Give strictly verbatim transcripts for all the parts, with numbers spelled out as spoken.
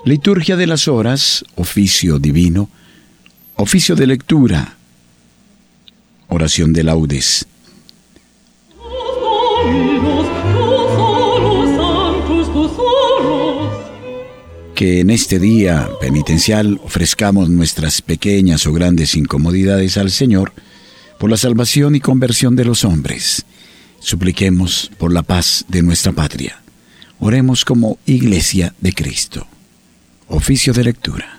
Liturgia de las horas, oficio divino, oficio de lectura, oración de laudes. Que en este día penitencial ofrezcamos nuestras pequeñas o grandes incomodidades al Señor por la salvación y conversión de los hombres. Supliquemos por la paz de nuestra patria. Oremos como Iglesia de Cristo. Oficio de lectura.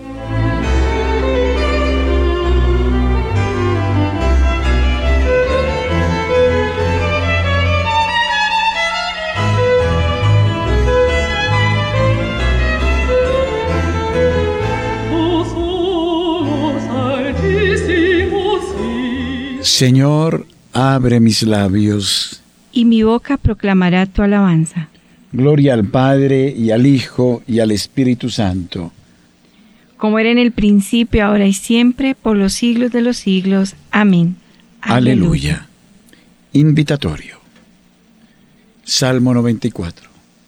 Señor, abre mis labios, y mi boca proclamará tu alabanza. Gloria al Padre, y al Hijo, y al Espíritu Santo. Como era en el principio, ahora y siempre, por los siglos de los siglos. Amén. Aleluya. Aleluya. Invitatorio. Salmo noventa y cuatro.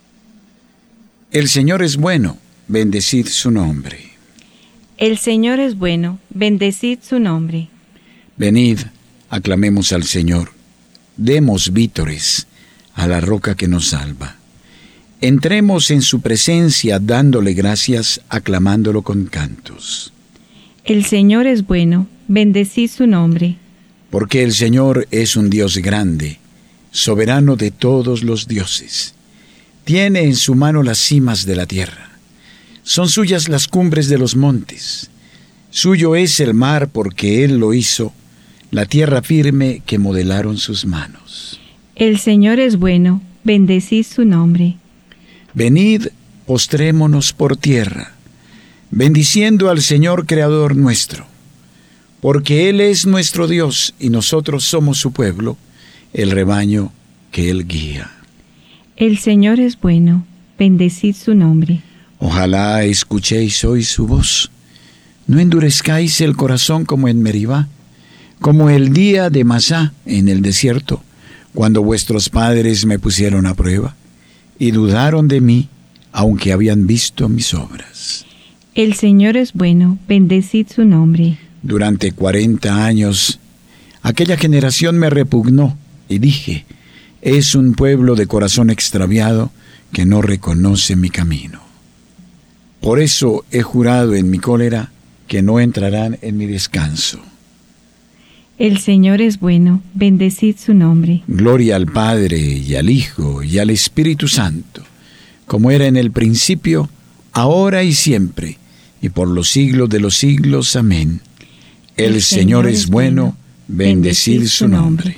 El Señor es bueno, bendecid su nombre. El Señor es bueno, bendecid su nombre. Venid, aclamemos al Señor, demos vítores a la roca que nos salva. Entremos en su presencia dándole gracias, aclamándolo con cantos. El Señor es bueno, bendecid su nombre. Porque el Señor es un Dios grande, soberano de todos los dioses. Tiene en su mano las cimas de la tierra. Son suyas las cumbres de los montes. Suyo es el mar porque Él lo hizo, la tierra firme que modelaron sus manos. El Señor es bueno, bendecid su nombre. Venid, postrémonos por tierra, bendiciendo al Señor Creador nuestro, porque Él es nuestro Dios y nosotros somos su pueblo, el rebaño que Él guía. El Señor es bueno, bendecid su nombre. Ojalá escuchéis hoy su voz. No endurezcáis el corazón como en Meribá, como el día de Masá en el desierto, cuando vuestros padres me pusieron a prueba y dudaron de mí, aunque habían visto mis obras. El Señor es bueno, bendecid su nombre. Durante cuarenta años, aquella generación me repugnó y dije, es un pueblo de corazón extraviado que no reconoce mi camino. Por eso he jurado en mi cólera que no entrarán en mi descanso. El Señor es bueno, bendecid su nombre. Gloria al Padre, y al Hijo, y al Espíritu Santo, como era en el principio, ahora y siempre, y por los siglos de los siglos. Amén. El, el Señor, Señor es bueno, bendecid, bendecid su nombre.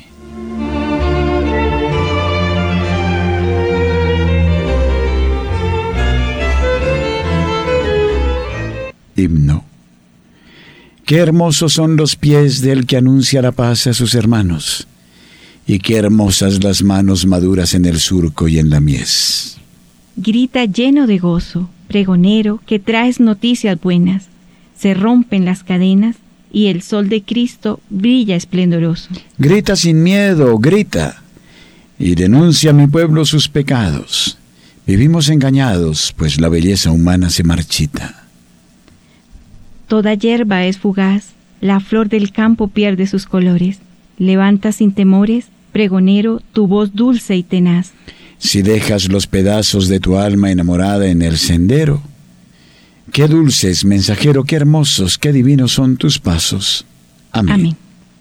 Himno. Qué hermosos son los pies del que anuncia la paz a sus hermanos, y qué hermosas las manos maduras en el surco y en la mies. Grita lleno de gozo, pregonero, que traes noticias buenas. Se rompen las cadenas y el sol de Cristo brilla esplendoroso. Grita sin miedo, grita, y denuncia a mi pueblo sus pecados. Vivimos engañados, pues la belleza humana se marchita. Toda hierba es fugaz, la flor del campo pierde sus colores. Levanta sin temores, pregonero, tu voz dulce y tenaz. Si dejas los pedazos de tu alma enamorada en el sendero, qué dulces, mensajero, qué hermosos, qué divinos son tus pasos. Amén. Amén.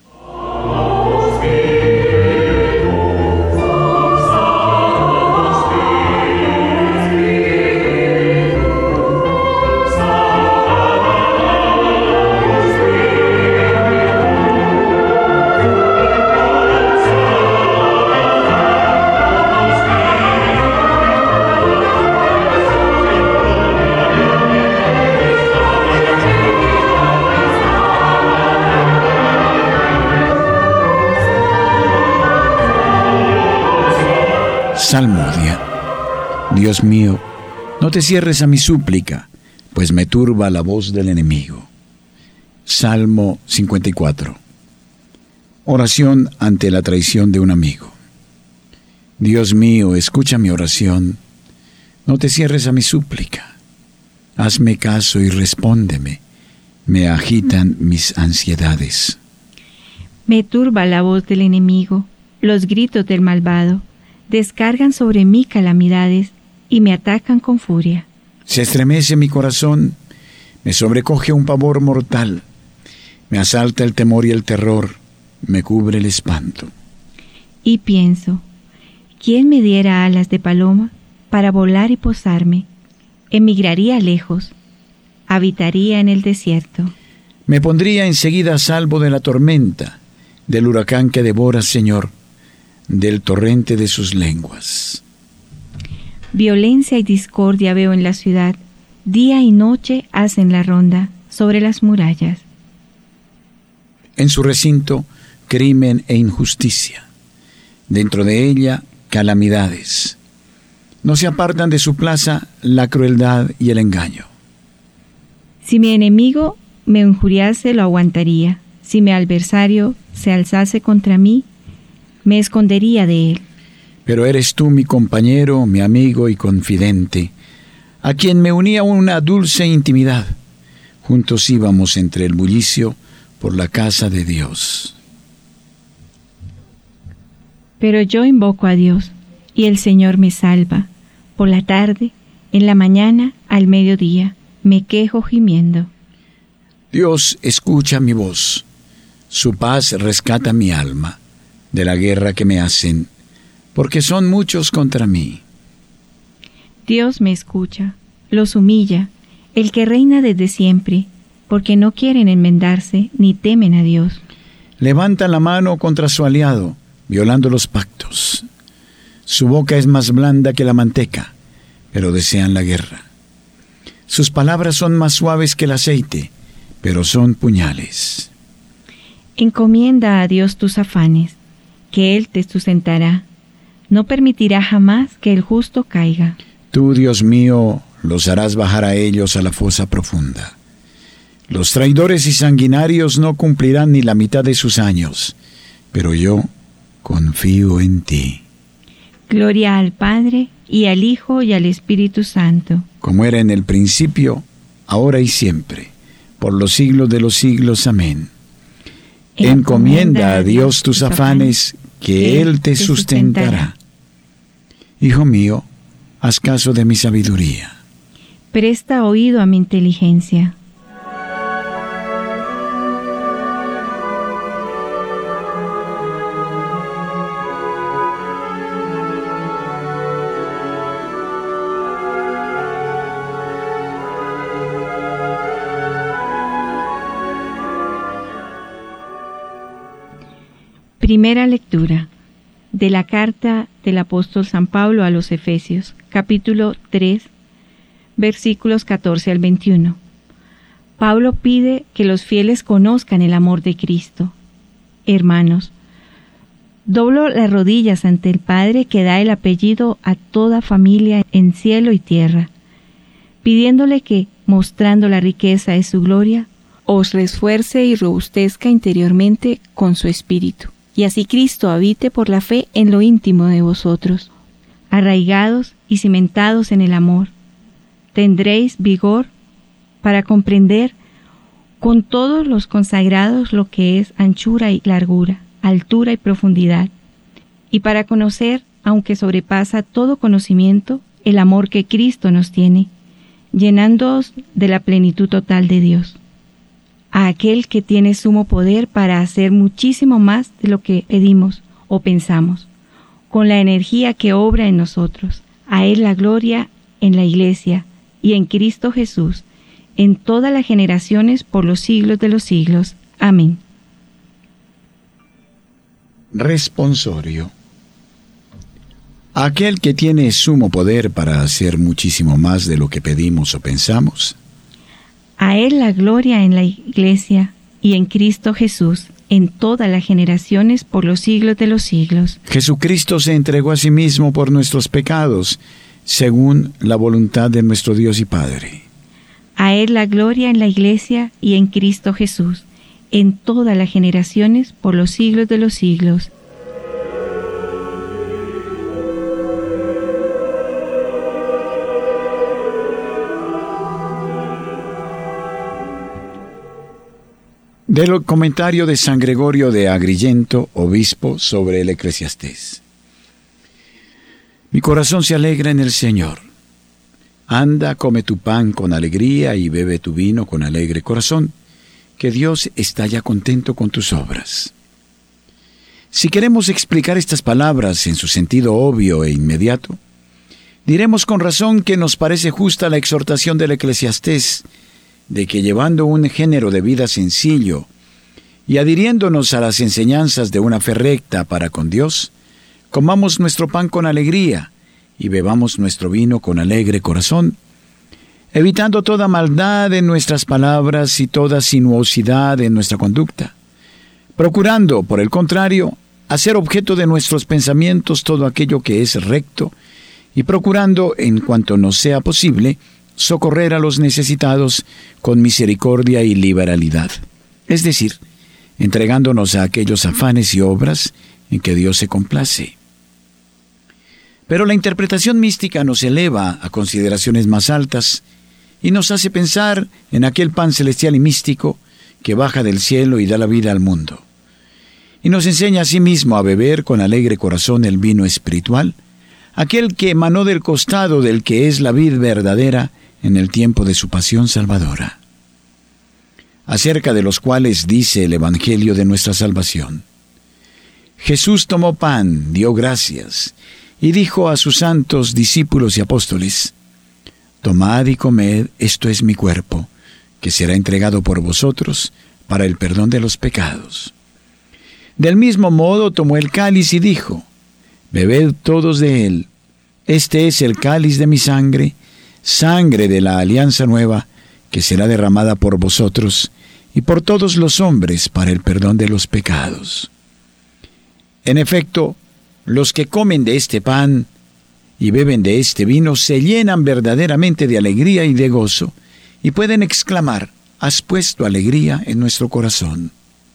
Salmodia. Dios mío, no te cierres a mi súplica, pues me turba la voz del enemigo. Salmo cincuenta y cuatro. Oración ante la traición de un amigo. Dios mío, escucha mi oración, no te cierres a mi súplica. Hazme caso y respóndeme. Me agitan mis ansiedades. Me turba la voz del enemigo, los gritos del malvado. Descargan sobre mí calamidades y me atacan con furia. Se estremece mi corazón, me sobrecoge un pavor mortal. Me asalta el temor y el terror, me cubre el espanto. Y pienso, ¿quién me diera alas de paloma para volar y posarme? Emigraría lejos, habitaría en el desierto. Me pondría enseguida a salvo de la tormenta, del huracán que devora, Señor, del torrente de sus lenguas. Violencia y discordia veo en la ciudad, día y noche hacen la ronda sobre las murallas. En su recinto, crimen e injusticia. Dentro de ella, calamidades. No se apartan de su plaza la crueldad y el engaño. Si mi enemigo me injuriase, lo aguantaría. Si mi adversario se alzase contra mí, me escondería de él. Pero eres tú mi compañero, mi amigo y confidente, a quien me unía una dulce intimidad. Juntos íbamos entre el bullicio por la casa de Dios. Pero yo invoco a Dios, y el Señor me salva. Por la tarde, en la mañana, al mediodía, me quejo gimiendo. Dios escucha mi voz. Su paz rescata mi alma de la guerra que me hacen, porque son muchos contra mí. Dios me escucha, los humilla, el que reina desde siempre, porque no quieren enmendarse ni temen a Dios. Levanta la mano contra su aliado, violando los pactos. Su boca es más blanda que la manteca, pero desean la guerra. Sus palabras son más suaves que el aceite, pero son puñales. Encomienda a Dios tus afanes, que Él te sustentará. No permitirá jamás que el justo caiga. Tú, Dios mío, los harás bajar a ellos a la fosa profunda. Los traidores y sanguinarios no cumplirán ni la mitad de sus años, pero yo confío en ti. Gloria al Padre, y al Hijo, y al Espíritu Santo. Como era en el principio, ahora y siempre, por los siglos de los siglos. Amén. Encomienda a Dios tus afanes, que Él te sustentará. Hijo mío, haz caso de mi sabiduría. Presta oído a mi inteligencia. Primera lectura de la carta del apóstol San Pablo a los Efesios, capítulo tres, versículos catorce al veintiuno. Pablo pide que los fieles conozcan el amor de Cristo. Hermanos, doblo las rodillas ante el Padre que da el apellido a toda familia en cielo y tierra, pidiéndole que, mostrando la riqueza de su gloria, os refuerce y robustezca interiormente con su espíritu. Y así Cristo habite por la fe en lo íntimo de vosotros, arraigados y cimentados en el amor. Tendréis vigor para comprender con todos los consagrados lo que es anchura y largura, altura y profundidad, y para conocer, aunque sobrepasa todo conocimiento, el amor que Cristo nos tiene, llenándoos de la plenitud total de Dios. A aquel que tiene sumo poder para hacer muchísimo más de lo que pedimos o pensamos, con la energía que obra en nosotros. A Él la gloria en la Iglesia y en Cristo Jesús, en todas las generaciones por los siglos de los siglos. Amén. Responsorio. Aquel que tiene sumo poder para hacer muchísimo más de lo que pedimos o pensamos. A Él la gloria en la Iglesia y en Cristo Jesús, en todas las generaciones por los siglos de los siglos. Jesucristo se entregó a sí mismo por nuestros pecados, según la voluntad de nuestro Dios y Padre. A Él la gloria en la Iglesia y en Cristo Jesús, en todas las generaciones por los siglos de los siglos. Del comentario de San Gregorio de Agrigento, obispo, sobre el Eclesiastés. Mi corazón se alegra en el Señor. Anda, come tu pan con alegría y bebe tu vino con alegre corazón, que Dios está ya contento con tus obras. Si queremos explicar estas palabras en su sentido obvio e inmediato, diremos con razón que nos parece justa la exhortación del Eclesiastés de que, llevando un género de vida sencillo y adhiriéndonos a las enseñanzas de una fe recta para con Dios, comamos nuestro pan con alegría y bebamos nuestro vino con alegre corazón, evitando toda maldad en nuestras palabras y toda sinuosidad en nuestra conducta, procurando, por el contrario, hacer objeto de nuestros pensamientos todo aquello que es recto y procurando, en cuanto nos sea posible, socorrer a los necesitados con misericordia y liberalidad, es decir, entregándonos a aquellos afanes y obras en que Dios se complace. Pero la interpretación mística nos eleva a consideraciones más altas y nos hace pensar en aquel pan celestial y místico que baja del cielo y da la vida al mundo. Y nos enseña asimismo a beber con alegre corazón el vino espiritual, aquel que emanó del costado del que es la vid verdadera en el tiempo de su pasión salvadora, acerca de los cuales dice el Evangelio de nuestra salvación. Jesús tomó pan, dio gracias, y dijo a sus santos discípulos y apóstoles: Tomad y comed, esto es mi cuerpo, que será entregado por vosotros para el perdón de los pecados. Del mismo modo tomó el cáliz y dijo: Bebed todos de él, este es el cáliz de mi sangre, sangre de la alianza nueva, que será derramada por vosotros y por todos los hombres para el perdón de los pecados. En efecto, los que comen de este pan y beben de este vino se llenan verdaderamente de alegría y de gozo, y pueden exclamar: has puesto alegría en nuestro corazón.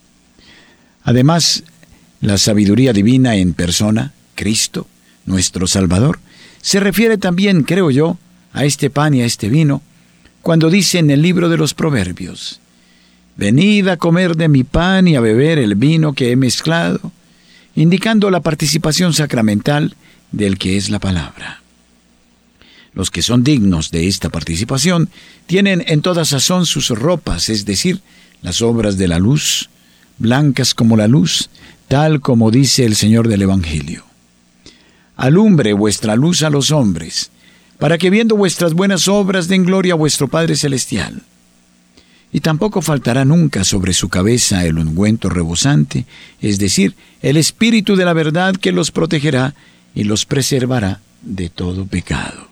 Además, la sabiduría divina en persona, Cristo, nuestro Salvador, se refiere también, creo yo, a este pan y a este vino, cuando dice en el libro de los Proverbios: Venid a comer de mi pan y a beber el vino que he mezclado, indicando la participación sacramental del que es la palabra. Los que son dignos de esta participación tienen en toda sazón sus ropas, es decir, las obras de la luz, blancas como la luz, tal como dice el Señor del Evangelio. Alumbre vuestra luz a los hombres, para que viendo vuestras buenas obras den gloria a vuestro Padre Celestial. Y tampoco faltará nunca sobre su cabeza el ungüento rebosante, es decir, el Espíritu de la verdad que los protegerá y los preservará de todo pecado.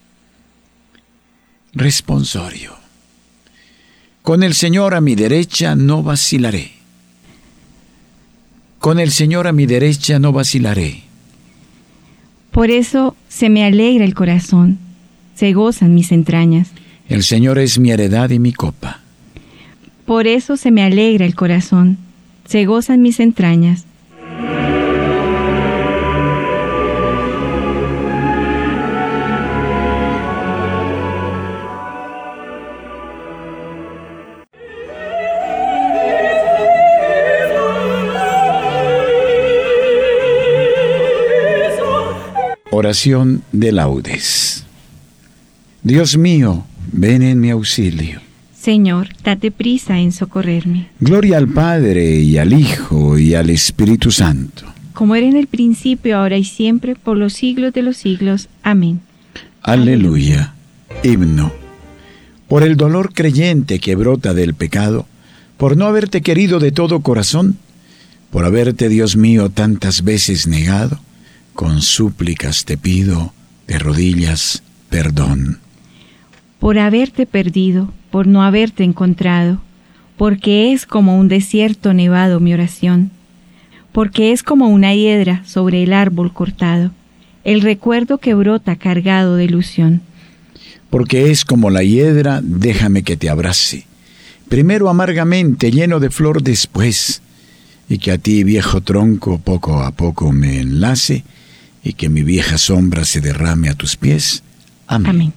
Responsorio. Con el Señor a mi derecha no vacilaré. Con el Señor a mi derecha no vacilaré. Por eso se me alegra el corazón, se gozan mis entrañas. El Señor es mi heredad y mi copa. Por eso se me alegra el corazón, se gozan mis entrañas. Oración de laudes. Dios mío, ven en mi auxilio. Señor, date prisa en socorrerme. Gloria al Padre, y al Hijo, y al Espíritu Santo. Como era en el principio, ahora y siempre, por los siglos de los siglos. Amén. Aleluya. Himno. Por el dolor creyente que brota del pecado, por no haberte querido de todo corazón, por haberte, Dios mío, tantas veces negado, con súplicas te pido, de rodillas, perdón. Por haberte perdido, por no haberte encontrado, porque es como un desierto nevado mi oración, porque es como una hiedra sobre el árbol cortado, el recuerdo que brota cargado de ilusión. Porque es como la hiedra, déjame que te abrace, primero amargamente, lleno de flor después, y que a ti, viejo tronco, poco a poco me enlace, y que mi vieja sombra se derrame a tus pies. Amén. Amén.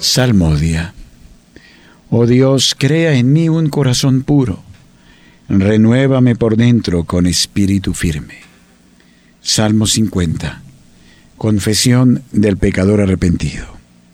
Salmodia. Oh Dios, crea en mí un corazón puro. Renuévame por dentro con espíritu firme. Salmo cincuenta. Confesión del pecador arrepentido.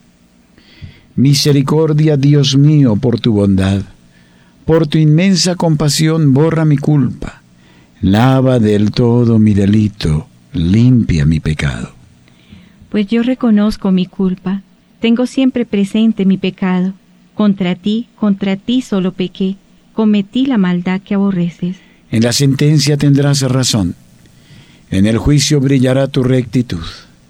Misericordia, Dios mío, por tu bondad. Por tu inmensa compasión borra mi culpa. Lava del todo mi delito, limpia mi pecado. Pues yo reconozco mi culpa, tengo siempre presente mi pecado. Contra ti, contra ti solo pequé, cometí la maldad que aborreces. En la sentencia tendrás razón, en el juicio brillará tu rectitud.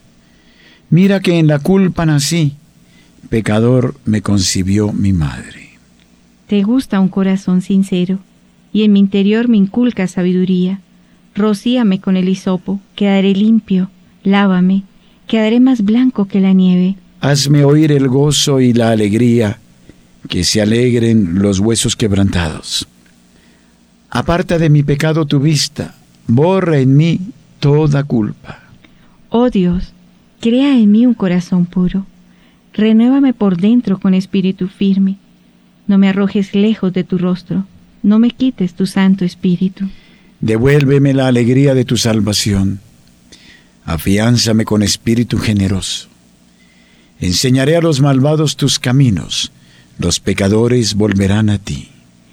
Mira que en la culpa nací, pecador me concibió mi madre. Te gusta un corazón sincero, y en mi interior me inculca sabiduría. Rocíame con el hisopo, quedaré limpio, lávame, quedaré más blanco que la nieve. Hazme oír el gozo y la alegría, que se alegren los huesos quebrantados. Aparta de mi pecado tu vista, borra en mí toda culpa. Oh Dios, crea en mí un corazón puro, renuévame por dentro con espíritu firme. No me arrojes lejos de tu rostro, no me quites tu santo espíritu. Devuélveme la alegría de tu salvación, afiánzame con espíritu generoso. Enseñaré a los malvados tus caminos, los pecadores volverán a ti.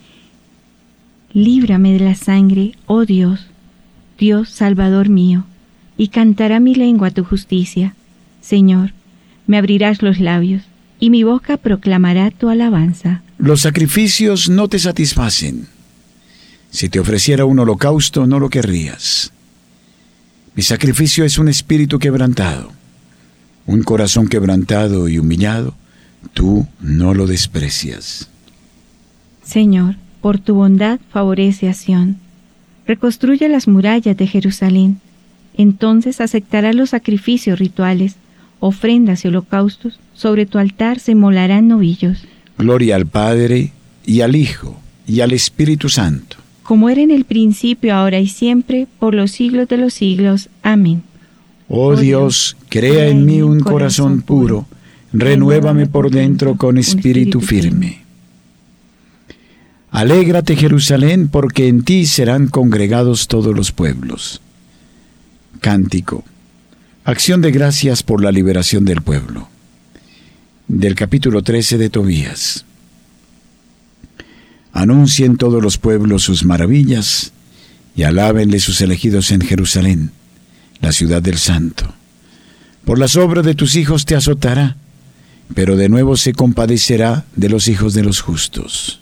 Líbrame de la sangre, oh Dios, Dios Salvador mío, y cantará mi lengua tu justicia. Señor, me abrirás los labios, y mi boca proclamará tu alabanza. Los sacrificios no te satisfacen. Si te ofreciera un holocausto, no lo querrías. Mi sacrificio es un espíritu quebrantado, un corazón quebrantado y humillado, tú no lo desprecias. Señor, por tu bondad favorece a Sión. Reconstruye las murallas de Jerusalén. Entonces aceptará los sacrificios rituales, ofrendas y holocaustos. Sobre tu altar se molarán novillos. Gloria al Padre, y al Hijo, y al Espíritu Santo. Como era en el principio, ahora y siempre, por los siglos de los siglos. Amén. Oh, oh Dios, crea en mí un corazón puro, renuévame por dentro con espíritu firme. Alégrate, Jerusalén, porque en ti serán congregados todos los pueblos. Cántico. Acción de gracias por la liberación del pueblo. Del capítulo trece de Tobías. Anuncien todos los pueblos sus maravillas, y alábenle sus elegidos en Jerusalén, la ciudad del Santo. Por las obras de tus hijos te azotará, pero de nuevo se compadecerá de los hijos de los justos.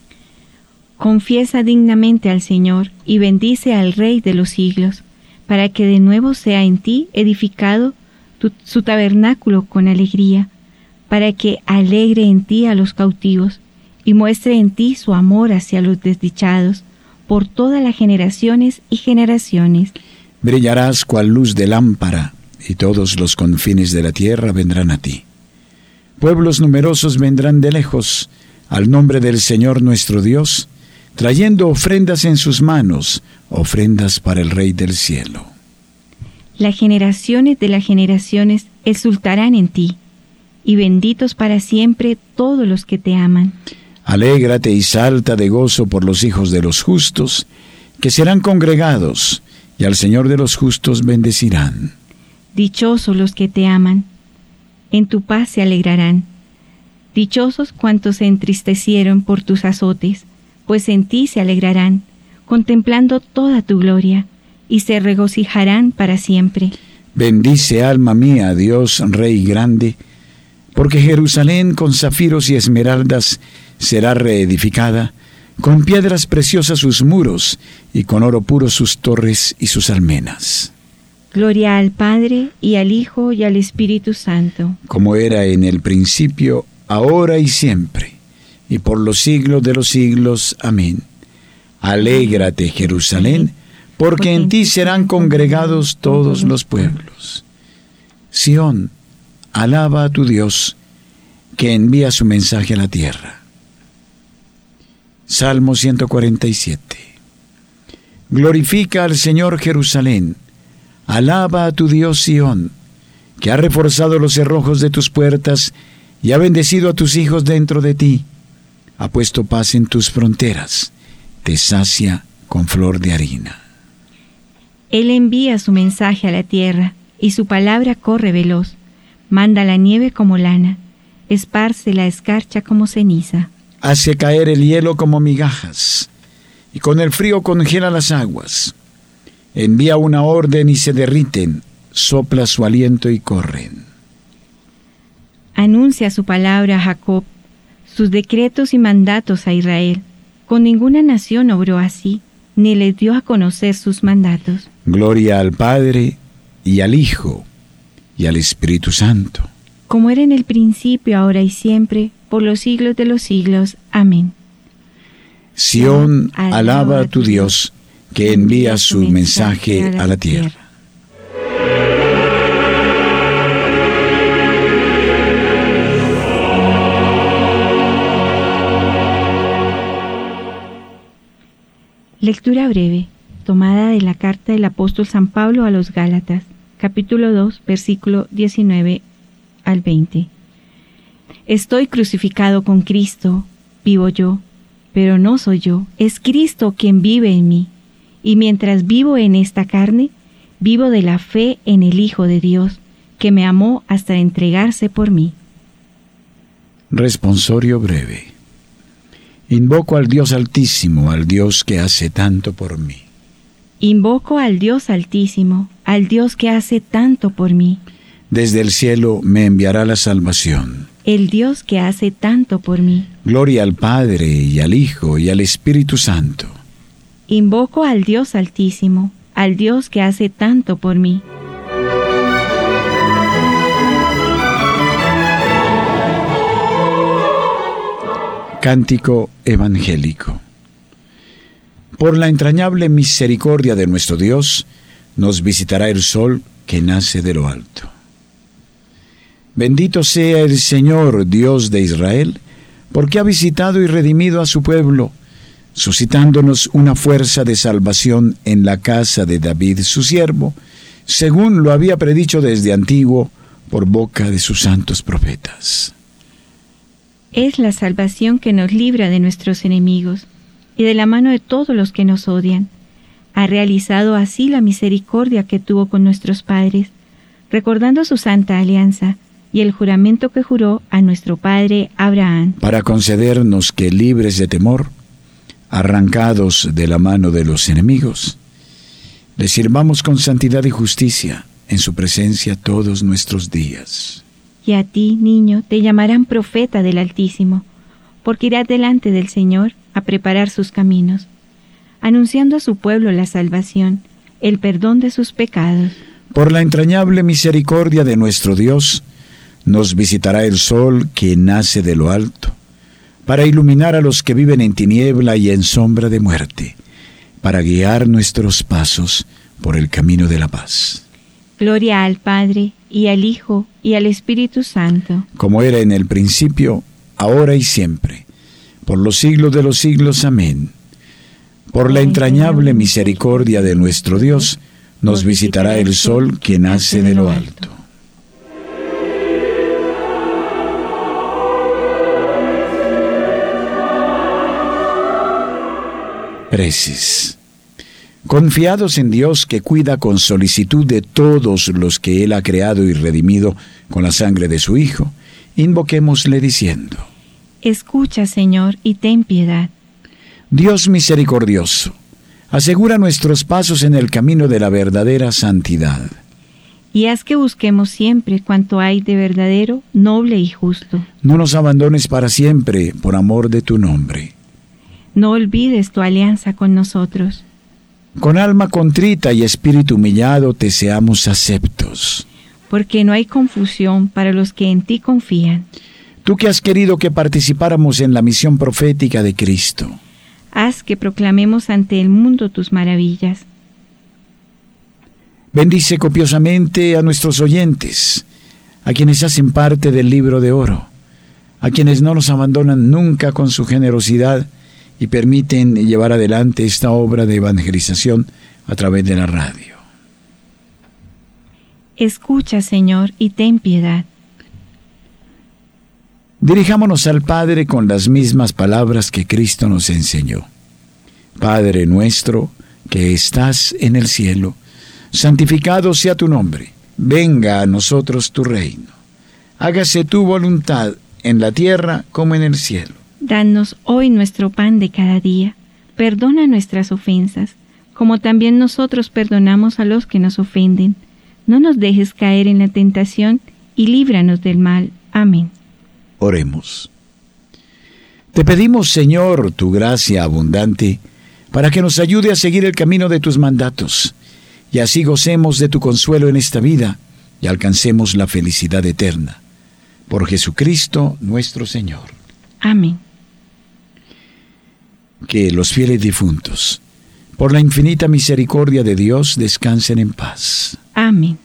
Confiesa dignamente al Señor y bendice al Rey de los siglos, para que de nuevo sea en ti edificado tu, su tabernáculo con alegría, para que alegre en ti a los cautivos y muestre en ti su amor hacia los desdichados, por todas las generaciones y generaciones. Brillarás cual luz de lámpara, y todos los confines de la tierra vendrán a ti. Pueblos numerosos vendrán de lejos al nombre del Señor nuestro Dios, trayendo ofrendas en sus manos, ofrendas para el Rey del cielo. Las generaciones de las generaciones exultarán en ti, y benditos para siempre todos los que te aman. Alégrate y salta de gozo por los hijos de los justos, que serán congregados, y al Señor de los justos bendecirán. Dichosos los que te aman, en tu paz se alegrarán. Dichosos cuantos se entristecieron por tus azotes, pues en ti se alegrarán, contemplando toda tu gloria, y se regocijarán para siempre. Bendice, alma mía, a Dios, Rey grande, porque Jerusalén con zafiros y esmeraldas será reedificada, con piedras preciosas sus muros, y con oro puro sus torres y sus almenas. Gloria al Padre, y al Hijo, y al Espíritu Santo. Como era en el principio, ahora y siempre, y por los siglos de los siglos. Amén. Alégrate, Jerusalén, porque en ti serán congregados todos los pueblos. Sión, alaba a tu Dios, que envía su mensaje a la tierra. Salmo ciento cuarenta y siete. Glorifica al Señor, Jerusalén. Alaba a tu Dios, Sión, que ha reforzado los cerrojos de tus puertas y ha bendecido a tus hijos dentro de ti. Ha puesto paz en tus fronteras, te sacia con flor de harina. Él envía su mensaje a la tierra, y su palabra corre veloz. Manda la nieve como lana, esparce la escarcha como ceniza. Hace caer el hielo como migajas, y con el frío congela las aguas. Envía una orden y se derriten, sopla su aliento y corren. Anuncia su palabra a Jacob, sus decretos y mandatos a Israel. Con ninguna nación obró así, ni les dio a conocer sus mandatos. Gloria al Padre, y al Hijo, y al Espíritu Santo. Como era en el principio, ahora y siempre, por los siglos de los siglos. Amén. Sión, alaba a tu Dios, que envía su mensaje a la tierra. Lectura breve, tomada de la carta del apóstol San Pablo a los Gálatas, capítulo dos, versículo diecinueve al veinte. Estoy crucificado con Cristo, vivo yo, pero no soy yo, es Cristo quien vive en mí. Y mientras vivo en esta carne, vivo de la fe en el Hijo de Dios, que me amó hasta entregarse por mí. Responsorio breve. Invoco al Dios Altísimo, al Dios que hace tanto por mí. Invoco al Dios Altísimo, al Dios que hace tanto por mí. Desde el cielo me enviará la salvación. El Dios que hace tanto por mí. Gloria al Padre, y al Hijo, y al Espíritu Santo. Invoco al Dios Altísimo, al Dios que hace tanto por mí. Cántico evangélico. Por la entrañable misericordia de nuestro Dios, nos visitará el sol que nace de lo alto. Bendito sea el Señor, Dios de Israel, porque ha visitado y redimido a su pueblo, suscitándonos una fuerza de salvación en la casa de David su siervo, según lo había predicho desde antiguo por boca de sus santos profetas. Es la salvación que nos libra de nuestros enemigos y de la mano de todos los que nos odian. Ha realizado así la misericordia que tuvo con nuestros padres, recordando su santa alianza y el juramento que juró a nuestro padre Abraham, para concedernos que, libres de temor, arrancados de la mano de los enemigos, le sirvamos con santidad y justicia en su presencia todos nuestros días. Y a ti, niño, te llamarán profeta del Altísimo, porque irás delante del Señor a preparar sus caminos, anunciando a su pueblo la salvación, el perdón de sus pecados. Por la entrañable misericordia de nuestro Dios, nos visitará el sol que nace de lo alto, para iluminar a los que viven en tiniebla y en sombra de muerte, para guiar nuestros pasos por el camino de la paz. Gloria al Padre, y al Hijo, y al Espíritu Santo. Como era en el principio, ahora y siempre, por los siglos de los siglos. Amén. Por la entrañable misericordia de nuestro Dios, nos visitará el sol que nace de lo alto. Preces. Confiados en Dios que cuida con solicitud de todos los que Él ha creado y redimido con la sangre de su Hijo, invoquémosle diciendo: Escucha, Señor, y ten piedad. Dios misericordioso, asegura nuestros pasos en el camino de la verdadera santidad. Y haz que busquemos siempre cuanto hay de verdadero, noble y justo. No nos abandones para siempre por amor de tu nombre. No olvides tu alianza con nosotros. Con alma contrita y espíritu humillado te seamos aceptos. Porque no hay confusión para los que en ti confían. Tú que has querido que participáramos en la misión profética de Cristo, haz que proclamemos ante el mundo tus maravillas. Bendice copiosamente a nuestros oyentes, a quienes hacen parte del libro de oro, a quienes no nos abandonan nunca con su generosidad y permiten llevar adelante esta obra de evangelización a través de la radio. Escucha, Señor, y ten piedad. Dirijámonos al Padre con las mismas palabras que Cristo nos enseñó. Padre nuestro, que estás en el cielo, santificado sea tu nombre. Venga a nosotros tu reino. Hágase tu voluntad en la tierra como en el cielo. Danos hoy nuestro pan de cada día. Perdona nuestras ofensas, como también nosotros perdonamos a los que nos ofenden. No nos dejes caer en la tentación y líbranos del mal. Amén. Oremos. Te pedimos, Señor, tu gracia abundante, para que nos ayude a seguir el camino de tus mandatos, y así gocemos de tu consuelo en esta vida y alcancemos la felicidad eterna. Por Jesucristo nuestro Señor. Amén. Que los fieles difuntos, por la infinita misericordia de Dios, descansen en paz. Amén.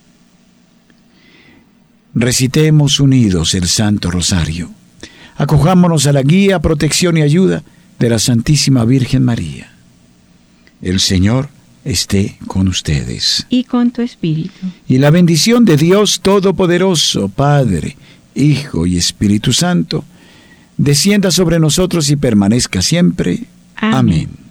Recitemos unidos el Santo Rosario. Acojámonos a la guía, protección y ayuda de la Santísima Virgen María. El Señor esté con ustedes. Y con tu espíritu. Y la bendición de Dios Todopoderoso, Padre, Hijo y Espíritu Santo, descienda sobre nosotros y permanezca siempre. Amén. Amén.